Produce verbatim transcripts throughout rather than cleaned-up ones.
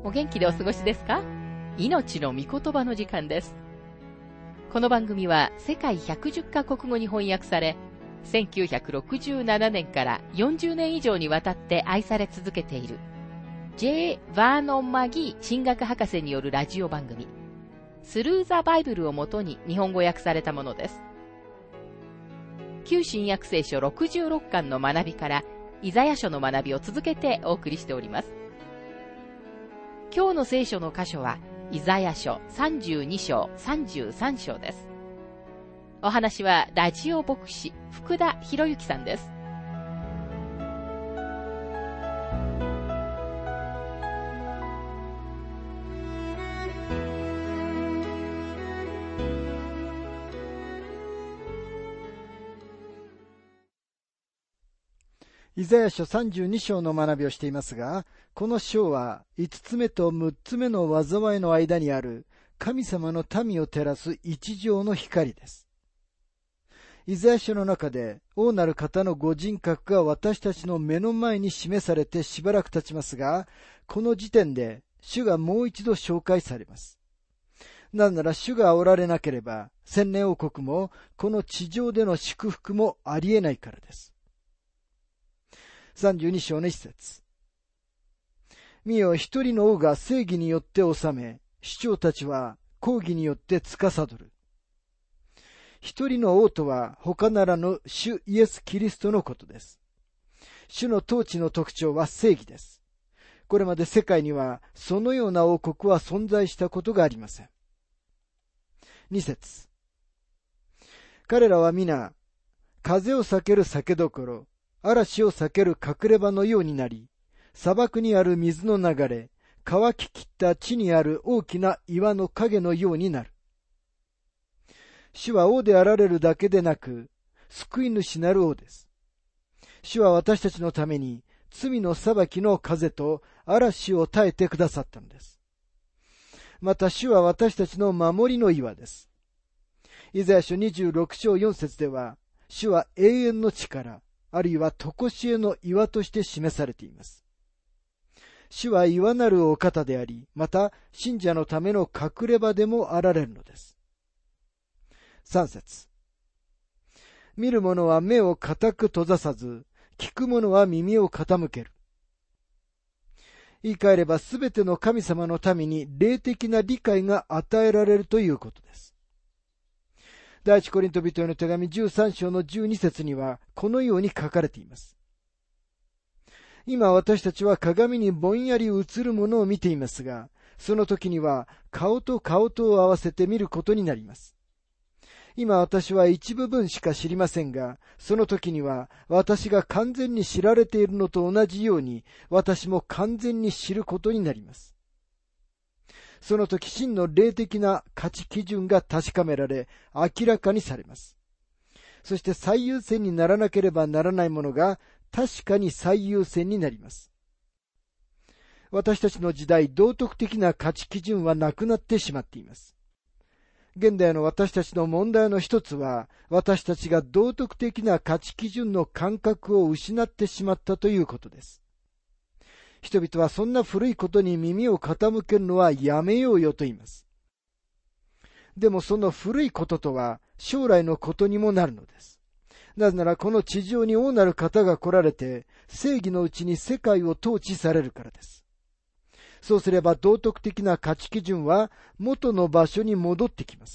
お元気でお過ごしですか？命の御言葉の時間です。この番組は世界ひゃくじゅっカ国語に翻訳され、せんきゅうひゃくろくじゅうななねんからよんじゅうねん以上にわたって愛され続けている J. バーノン・マギー神学博士によるラジオ番組、スルーザ・バイブルをもとに日本語訳されたものです。旧新約聖書ろくじゅうろっかんの学びからイザヤ書の学びを続けてお送りしております。今日の聖書の箇所はイザヤ書さんじゅうに章さんじゅうさん章です。お話はラジオ牧師福田博之さんです。 イザヤ書さんじゅうに章の学びをしていますが、この章はいつつめとむっつめの災いの間にある神様の民を照らす一条の光です。イザヤ書の中で王なる方のご人格が私たちの目の前に示されてしばらく経ちますが、この時点で主がもう一度紹介されます。なぜなら主がおられなければ千年王国もこの地上での祝福もありえないからです。さんじゅうに章の一節。見よ、一人の王が正義によって治め、首長たちは公義によって司る。一人の王とは他ならぬ主イエス・キリストのことです。主の統治の特徴は正義です。これまで世界にはそのような王国は存在したことがありません。二節。彼らは皆、風を避ける酒どころ、嵐を避ける隠れ場のようになり、砂漠にある水の流れ、乾ききった地にある大きな岩の影のようになる。主は王であられるだけでなく、救い主なる王です。主は私たちのために罪の裁きの風と嵐を耐えてくださったのです。また主は私たちの守りの岩です。イザヤ書にじゅうろく章よん節では、主は永遠の力、あるいは常しえの岩として示されています。主は岩なるお方であり、また信者のための隠れ場でもあられるのです。三節。見る者は目を固く閉ざさず、聞く者は耳を傾ける。言い換えれば、すべての神様の民に霊的な理解が与えられるということです。第一コリント人への手紙じゅうさん章のじゅうに節にはこのように書かれています。今私たちは鏡にぼんやり映るものを見ていますが、その時には顔と顔とを合わせて見ることになります。今私は一部分しか知りませんが、その時には私が完全に知られているのと同じように、私も完全に知ることになります。その時真の霊的な価値基準が確かめられ、明らかにされます。そして最優先にならなければならないものが確かに最優先になります。私たちの時代、道徳的な価値基準はなくなってしまっています。現代の私たちの問題の一つは、私たちが道徳的な価値基準の感覚を失ってしまったということです。人々はそんな古いことに耳を傾けるのはやめようよと言います。でもその古いこととは将来のことにもなるのです。なぜならこの地上に王なる方が来られて正義のうちに世界を統治されるからです。そうすれば道徳的な価値基準は元の場所に戻ってきます。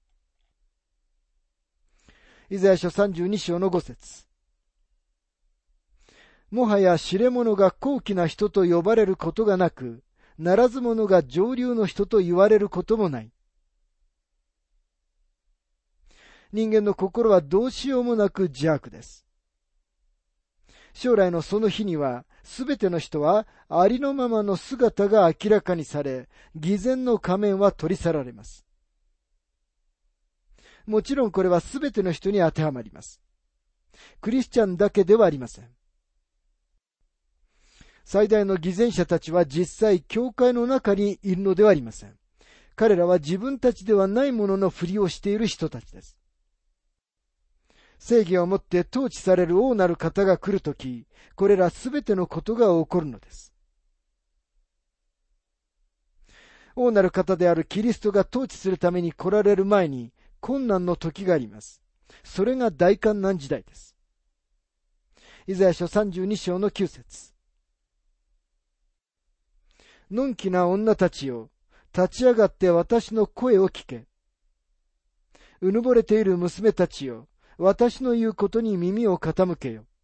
イザヤ書さんじゅうに章のご節。もはや知れ者が高貴な人と呼ばれることがなく、ならず者が上流の人と言われることもない。人間の心はどうしようもなく邪悪です。将来のその日には、すべての人はありのままの姿が明らかにされ、偽善の仮面は取り去られます。もちろんこれはすべての人に当てはまります。クリスチャンだけではありません。最大の偽善者たちは実際教会の中にいるのではありません。彼らは自分たちではないもののふりをしている人たちです。正義をもって統治される王なる方が来るとき、これらすべてのことが起こるのです。 王なる方であるキリストが統治するために来られる前に困難の時があります。それが大患難時代です。イザヤ書さんじゅうに章のきゅう節。のんきな女たちよ、立ち上がって私の声を聞け。うぬぼれている娘たちよ、私の言うことに耳を傾けよ。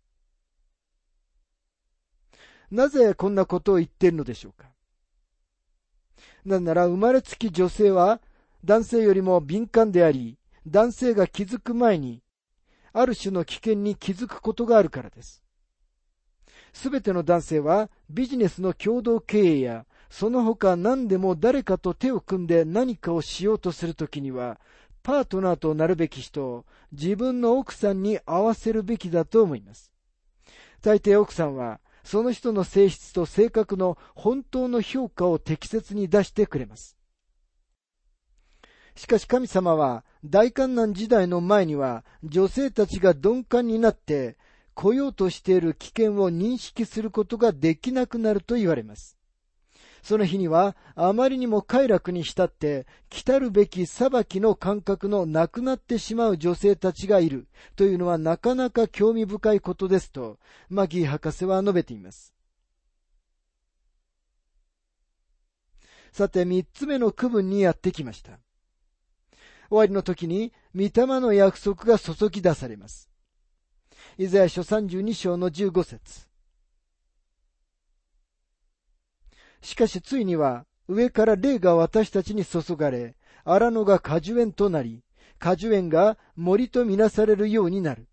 なぜこんなことを言っているのでしょうか。なぜなら生まれつき女性は男性よりも敏感であり、男性が気づく前にある種の危険に気づくことがあるからです。すべての男性はビジネスの共同経営やその他何でも誰かと手を組んで何かをしようとするときにはパートナーとなるべき人を自分の奥さんに合わせるべきだと思います。大抵奥さんはその人の性質と性格の本当の評価を適切に出してくれます。しかし神様は大患難時代の前には女性たちが鈍感になって来ようとしている危険を認識することができなくなると言われます。その日にはあまりにも快楽に浸って来たるべき裁きの感覚のなくなってしまう女性たちがいるというのはなかなか興味深いことですとマギー博士は述べています。さて三つ目の区分にやってきました。終わりの時に御霊の約束が注ぎ出されます。イザヤ書さんじゅうに章のじゅうご節。しかしついには上から霊が私たちに注がれ、荒野が果樹園となり、果樹園が森とみなされるようになる。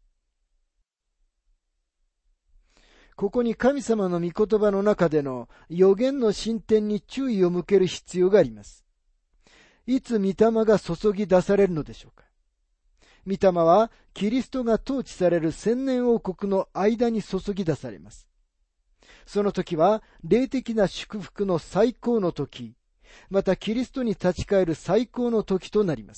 ここに神様の御言葉の中での予言の進展に注意を向ける必要があります。いつ御霊が注ぎ出されるのでしょうか。御霊はキリストが統治される千年王国の間に注ぎ出されます。その時は霊的な祝福の最高の時、またキリストに立ち返る最高の時となります。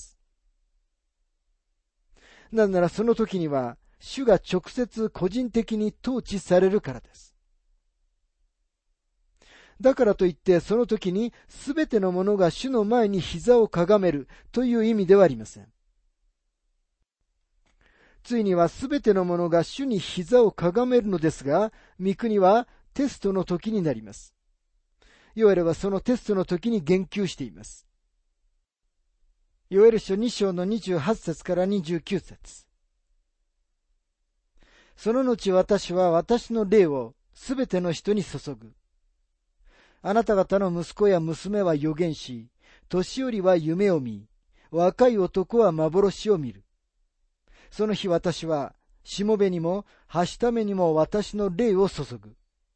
なぜならその時には主が直接個人的に統治されるからです。だからといってその時にすべてのものが主の前に膝をかがめるという意味ではありません。ついにはすべてのものが主に膝をかがめるのですが、御国はテストの時になります。ヨエルはそのテストの時に言及しています。ヨエル書に章のにじゅうはち節からにじゅうきゅう節。その後私は私の霊をすべての人に注ぐ。あなた方の息子や娘は預言し、年寄りは夢を見、若い男は幻を見る。その日私は、しもべにも、はしためにも私の霊を注ぐ。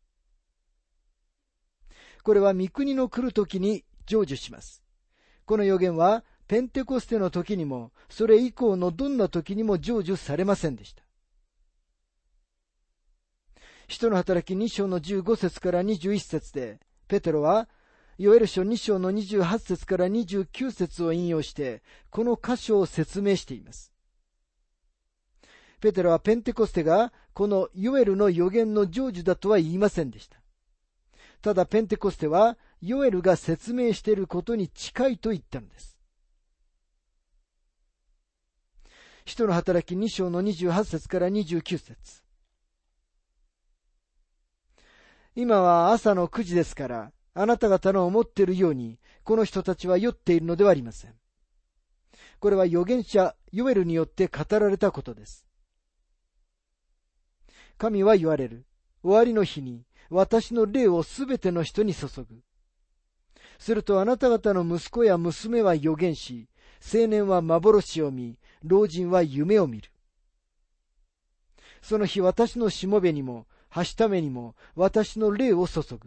これは御国の来る時に成就します。この予言は、ペンテコステの時にも、それ以降のどんな時にも成就されませんでした。使徒の働きに章のじゅうご節からにじゅういち節で、ペテロは、ヨエル書に章のにじゅうはち節からにじゅうきゅう節を引用して、この箇所を説明しています。ペテロはペンテコステがこのヨエルの予言の成就だとは言いませんでした。ただペンテコステはヨエルが説明していることに近いと言ったのです。使徒の働きに章のにじゅうはち節からにじゅうきゅう節。今は朝のくじですから、あなた方の思っているように、この人たちは酔っているのではありません。これは預言者ヨエルによって語られたことです。神は言われる。終わりの日に私の霊をすべての人に注ぐ。するとあなた方の息子や娘は預言し、青年は幻を見、老人は夢を見る。その日私のしもべにも、はしためにも私の霊を注ぐ。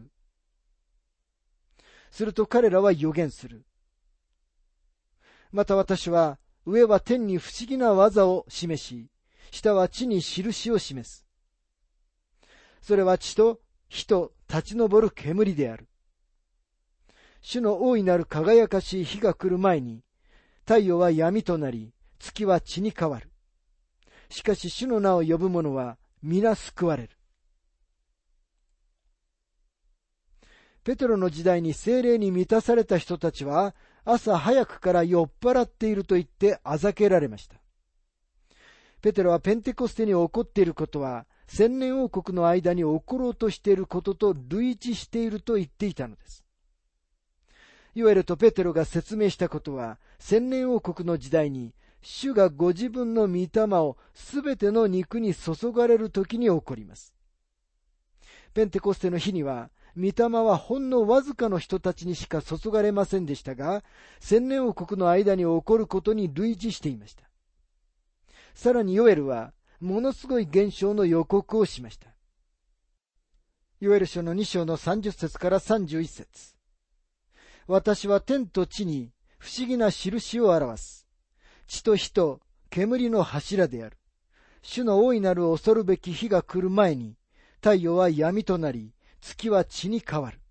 すると彼らは預言する。また私は、上は天に不思議な技を示し、下は地に印を示す。それは地と火と立ち上る煙である。主の大いなる輝かしい日が来る前に、太陽は闇となり、月は血に変わる。しかし主の名を呼ぶ者は皆救われる。 ペテロの時代に聖霊に満たされた人たちは、朝早くから酔っ払っていると言ってあざけられました。ペテロはペンテコステに起こっていることは、千年王国の間に起ころうとしていることと類似していると言っていたのです。ヨエルとペテロが説明したことは、千年王国の時代に、主がご自分の御霊をすべての肉に注がれるときに起こります。ペンテコステの日には、御霊はほんのわずかの人たちにしか注がれませんでしたが、千年王国の間に起こることに類似していました。さらにヨエルは、ものすごい現象の予告をしました。ヨエル書のに章のさんじゅっ節からさんじゅういっ節。私は天と地に不思議な印を表す。地と火と煙の柱である。主の大いなる恐るべき日が来る前に、太陽は闇となり、月は血に変わる。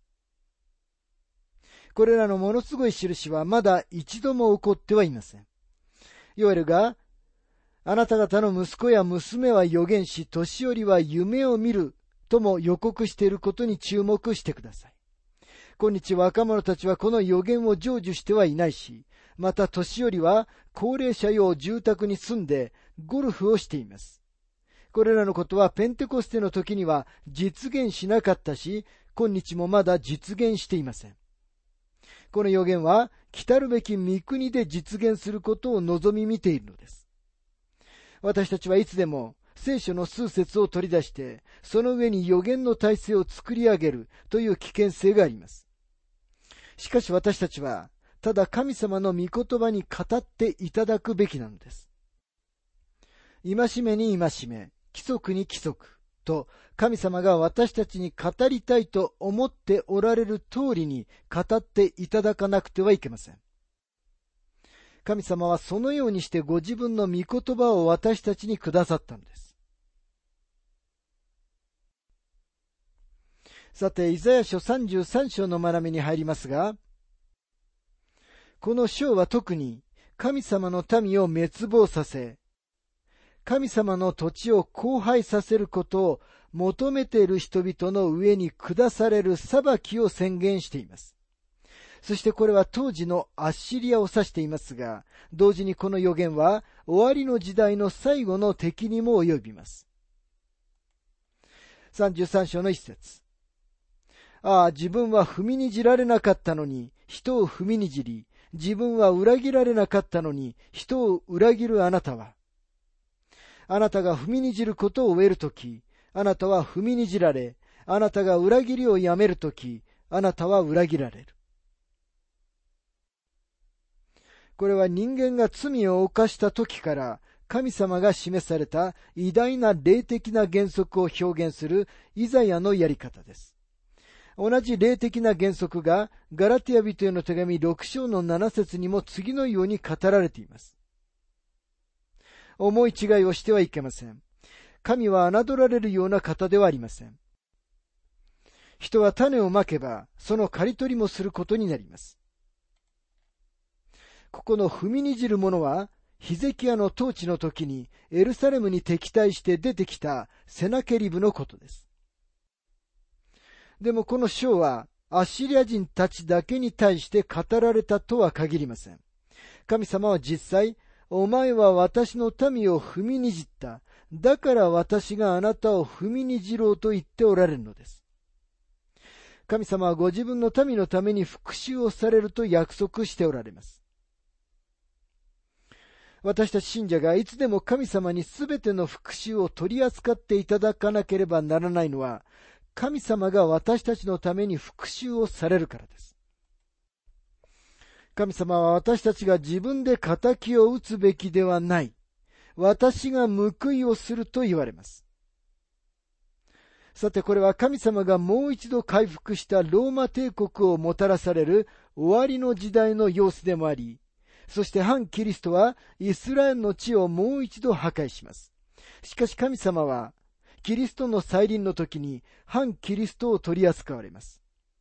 これらのものすごい印はまだ一度も起こってはいません。ヨエルが、あなた方の息子や娘は預言し、年寄りは夢を見るとも予告していることに注目してください。今日若者たちはこの預言を成就してはいないし、また年寄りは高齢者用住宅に住んでゴルフをしています。これらのことはペンテコステの時には実現しなかったし、今日もまだ実現していません。この預言は来るべき御国で実現することを望み見ているのです。私たちはいつでも聖書の数節を取り出して、その上に預言の体制を作り上げるという危険性があります。しかし私たちは、ただ神様の御言葉に語っていただくべきなのです。戒めに戒め、規則に規則と、神様が私たちに語りたいと思っておられる通りに語っていただかなくてはいけません。神様はそのようにしてご自分の御言葉を私たちにくださったのです。さて、イザヤ書さんじゅうさん章の学びに入りますが、この章は特に神様の民を滅亡させ、神様の土地を荒廃させることを求めている人々の上に下される裁きを宣言しています。そしてこれは当時のアッシリアを指していますが、同時にこの預言は終わりの時代の最後の敵にも及びます。さんじゅうさん章の一節。ああ、自分は踏みにじられなかったのに人を踏みにじり、自分は裏切られなかったのに人を裏切るあなたは、あなたが踏みにじることを終えるとき、あなたは踏みにじられ、あなたが裏切りをやめるとき、あなたは裏切られる。これは人間が罪を犯したときから神様が示された偉大な霊的な原則を表現するイザヤのやり方です。同じ霊的な原則がガラティア人への手紙ろく章のなな節にも次のように語られています。思い違いをしてはいけません。神は侮られるような方ではありません。人は種をまけばその刈り取りもすることになります。ここの踏みにじる者はヒゼキヤの統治の時にエルサレムに敵対して出てきたセナケリブのことです。でもこの章はアッシリア人たちだけに対して語られたとは限りません。神様は実際、お前は私の民を踏みにじった。だから私があなたを踏みにじろうと言っておられるのです。神様はご自分の民のために復讐をされると約束しておられます。私たち信者がいつでも神様にすべての復讐を取り扱っていただかなければならないのは、神様が私たちのために復讐をされるからです。神様は私たちが自分で仇を討つべきではない。私が報いをすると言われます。さてこれは神様がもう一度回復したローマ帝国をもたらされる終わりの時代の様子でもあり、そして反キリストはイスラエルの地をもう一度破壊します。しかし神様はキリストの再臨の時に反キリストを取り扱われます。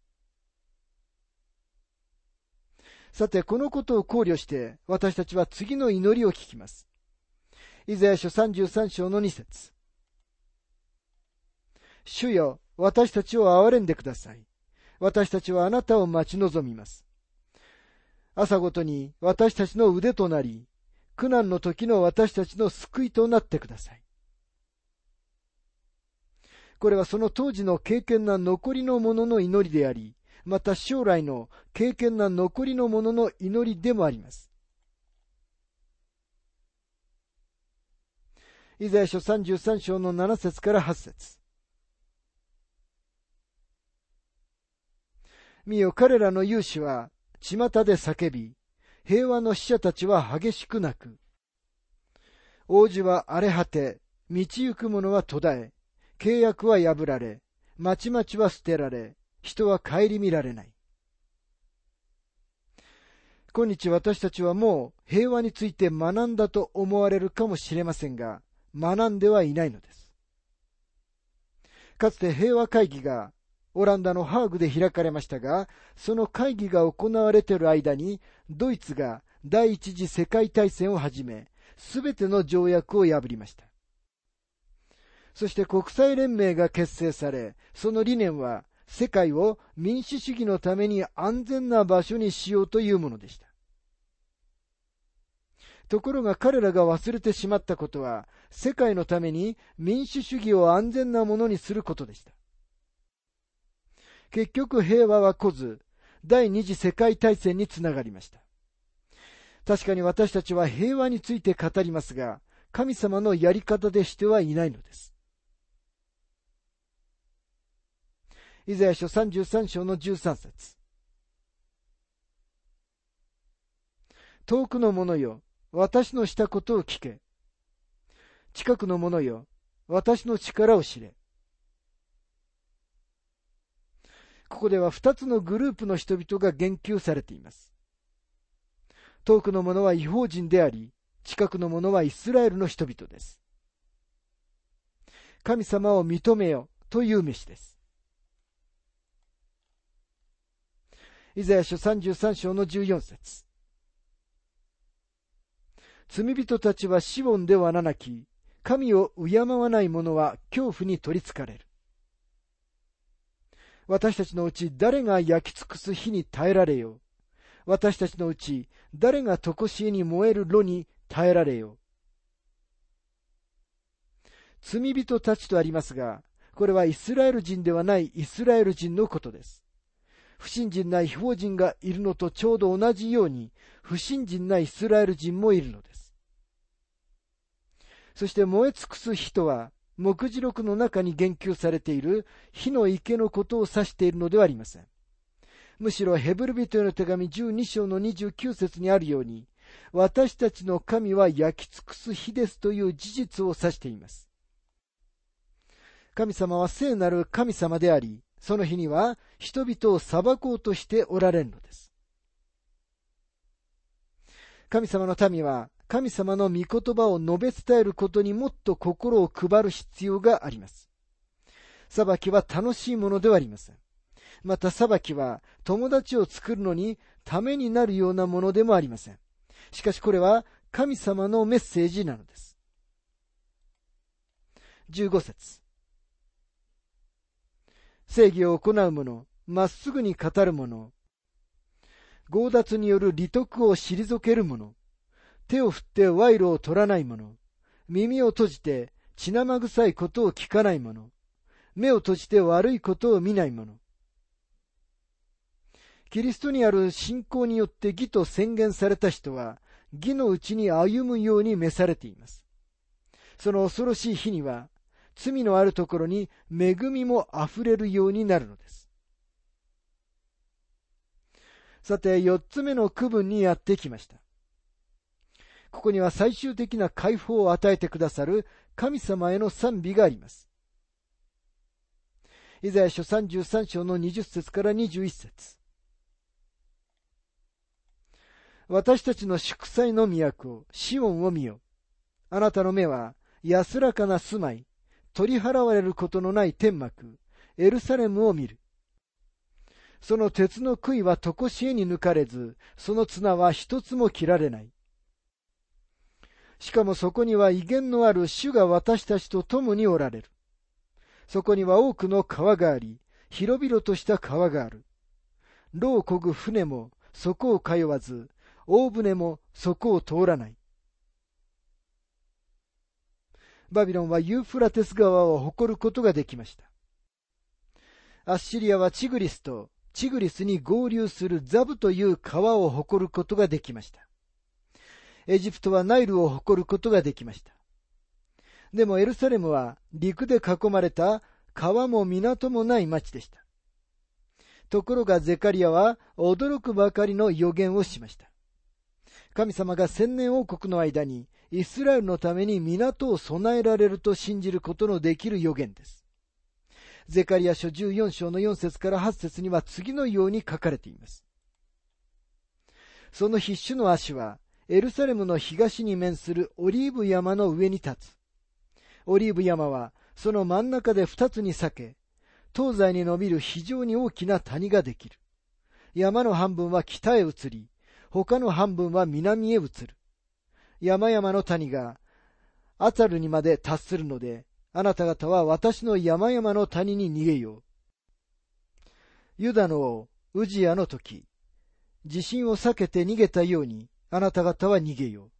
さてこのことを考慮して私たちは次の祈りを聞きます。イザヤ書さんじゅうさん章のに節。主よ、私たちを憐れんでください。 私たちはあなたを待ち望みます。朝ごとに私たちの腕となり、苦難の時の私たちの救いとなってください。これはその当時の敬虔な残りの者の祈りであり、また将来の敬虔な残りの者の祈りでもあります。イザヤ書さんじゅうさん章のなな節からはち節。見よ、彼らの勇士は巷で叫び、平和の使者たちは激しく泣く。王子は荒れ果て、道行く者は途絶え、契約は破られ、町々は捨てられ、人は顧みられない。今日私たちはもう平和について学んだと思われるかもしれませんが、学んではいないのです。かつて平和会議がオランダのハーグで開かれましたが、その会議が行われている間に、ドイツが第一次世界大戦を始め、すべての条約を破りました。そして国際連盟が結成され、その理念は世界を民主主義のために安全な場所にしようというものでした。ところが彼らが忘れてしまったことは、世界のために民主主義を安全なものにすることでした。結局平和は来ず、第二次世界大戦につながりました。確かに私たちは平和について語りますが、神様のやり方でしてはいないのです。イザヤ書さんじゅうさん章のじゅうさん節。遠くの者よ、私のしたことを聞け。近くの者よ、私の力を知れ。ここでは二つのグループの人々が言及されています。遠くの者は異邦人であり、近くの者はイスラエルの人々です。神様を認めよという召しです。イザヤ書さんじゅうさん章のじゅうよん節。罪人たちはシオンではななき、神を敬わない者は恐怖に取りつかれる。私たちのうち誰が焼き尽くす火に耐えられよう。私たちのうち誰が常しえに燃える炉に耐えられよう。罪人たちとありますが、これはイスラエル人ではないイスラエル人のことです。不信心な異邦人がいるのとちょうど同じように、不信心なイスラエル人もいるのです。そして燃え尽くす火とは、目次録の中に言及されている火の池のことを指しているのではありません。むしろヘブル人への手紙じゅうに章のにじゅうきゅう節にあるように、私たちの神は焼き尽くす火ですという事実を指しています。神様は聖なる神様であり、その日には人々を裁こうとしておられるのです。神様の民は神様の御言葉を述べ伝えることにもっと心を配る必要があります。裁きは楽しいものではありません。また裁きは友達を作るのにためになるようなものでもありません。しかしこれは神様のメッセージなのです。じゅうご節。正義を行う者、まっすぐに語る者、強奪による利得を退ける者、手を振って賄賂を取らない者、耳を閉じて血生臭いことを聞かない者、目を閉じて悪いことを見ない者。キリストにある信仰によって義と宣言された人は、義のうちに歩むように召されています。その恐ろしい日には、罪のあるところに恵みもあふれるようになるのです。さて、四つ目の区分にやってきました。ここには最終的な解放を与えてくださる神様への賛美があります。イザヤ書さんじゅうさん章のにじゅっ節からにじゅういち節。私たちの祝祭の都、シオンを見よ。あなたの目は安らかな住まい、取り払われることのない天幕、エルサレムを見る。その鉄の杭は常しえに抜かれず、その綱は一つも切られない。しかもそこには威厳のある主が私たちと共におられる。そこには多くの川があり、広々とした川がある。 櫓を漕ぐ船もそこを通わず、大船もそこを通らない。バビロンはユーフラテス川を誇ることができました。アッシリアはチグリスとチグリスに合流するザブという川を誇ることができました。エジプトはナイルを誇ることができました。でもエルサレムは陸で囲まれた川も港もない町でした。ところがゼカリアは驚くばかりの予言をしました。神様が千年王国の間にイスラエルのために港を備えられると信じることのできる予言です。ゼカリア書じゅうよん章のよん節からはち節には次のように書かれています。その日主の足はエルサレムの東に面するオリーブ山の上に立つ。オリーブ山はその真ん中で二つに裂け、東西に伸びる非常に大きな谷ができる。山の半分は北へ移り、他の半分は南へ移る。山々の谷がアツァルにまで達するので、あなた方は私の山々の谷に逃げよう。ユダの王ウジヤの時、地震を避けて逃げたように、あなた方は逃げよう。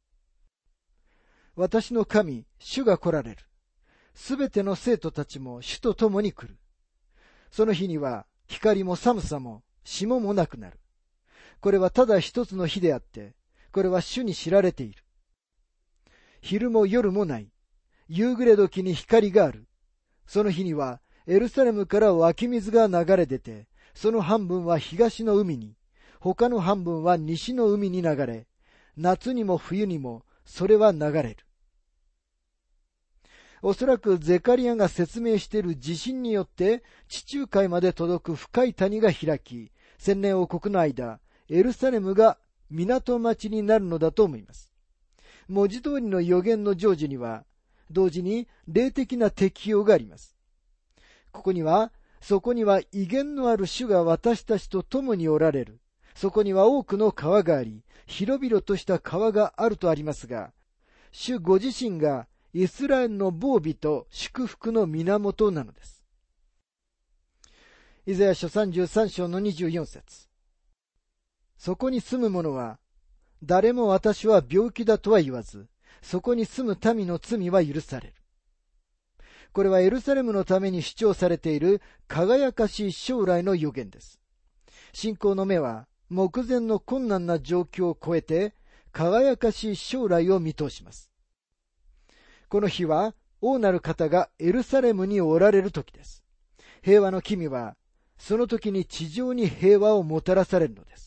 私の神、主が来られる。すべての生徒たちも主と共に来る。その日には光も寒さも霜もなくなる。これはただ一つの日であって、これは主に知られている。昼も夜もない。夕暮れ時に光がある。その日にはエルサレムから湧き水が流れ出て、その半分は東の海に、他の半分は西の海に流れ、夏にも冬にもそれは流れる。おそらくゼカリアが説明している地震によって地中海まで届く深い谷が開き、千年王国の間、エルサレムが港町になるのだと思います。文字通りの予言の成就には、同時に霊的な適用があります。ここには、そこには威厳のある主が私たちと共におられる。そこには多くの川があり、広々とした川があるとありますが、主ご自身がイスラエルの防備と祝福の源なのです。イザヤ書さんじゅうさん章のにじゅうよん節。そこに住む者は、誰も私は病気だとは言わず、そこに住む民の罪は許される。これはエルサレムのために主張されている輝かしい将来の予言です。信仰の目は目前の困難な状況を超えて輝かしい将来を見通します。この日は王なる方がエルサレムにおられる時です。平和の君はその時に地上に平和をもたらされるのです。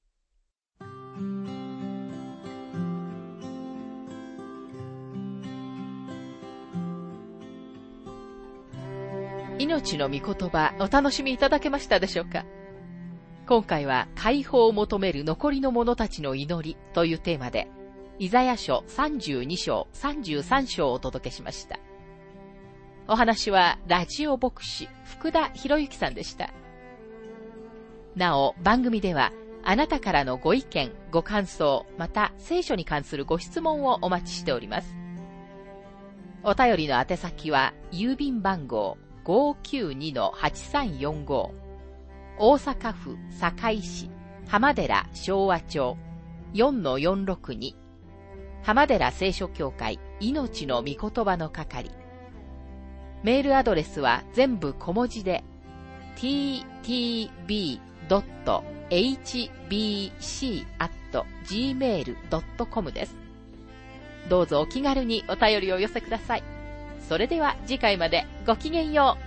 命の御言葉、お楽しみいただけましたでしょうか。今回は解放を求める残りの者たちの祈りというテーマで、イザヤ書さんじゅうに章、さんじゅうさん章をお届けしました。お話はラジオ牧師福田博之さんでした。なお、番組ではあなたからのご意見、ご感想、また聖書に関するご質問をお待ちしております。お便りの宛先は郵便番号 ごーきゅうにのはちさんよんご、大阪府堺市浜寺昭和町 よんのよんろくに、浜寺聖書協会命の御言葉の係。メールアドレスは全部小文字で ティーティービードットエイチビーシーアットジーメールドットコム です。どうぞお気軽にお便りをお寄せください。それでは次回までごきげんよう。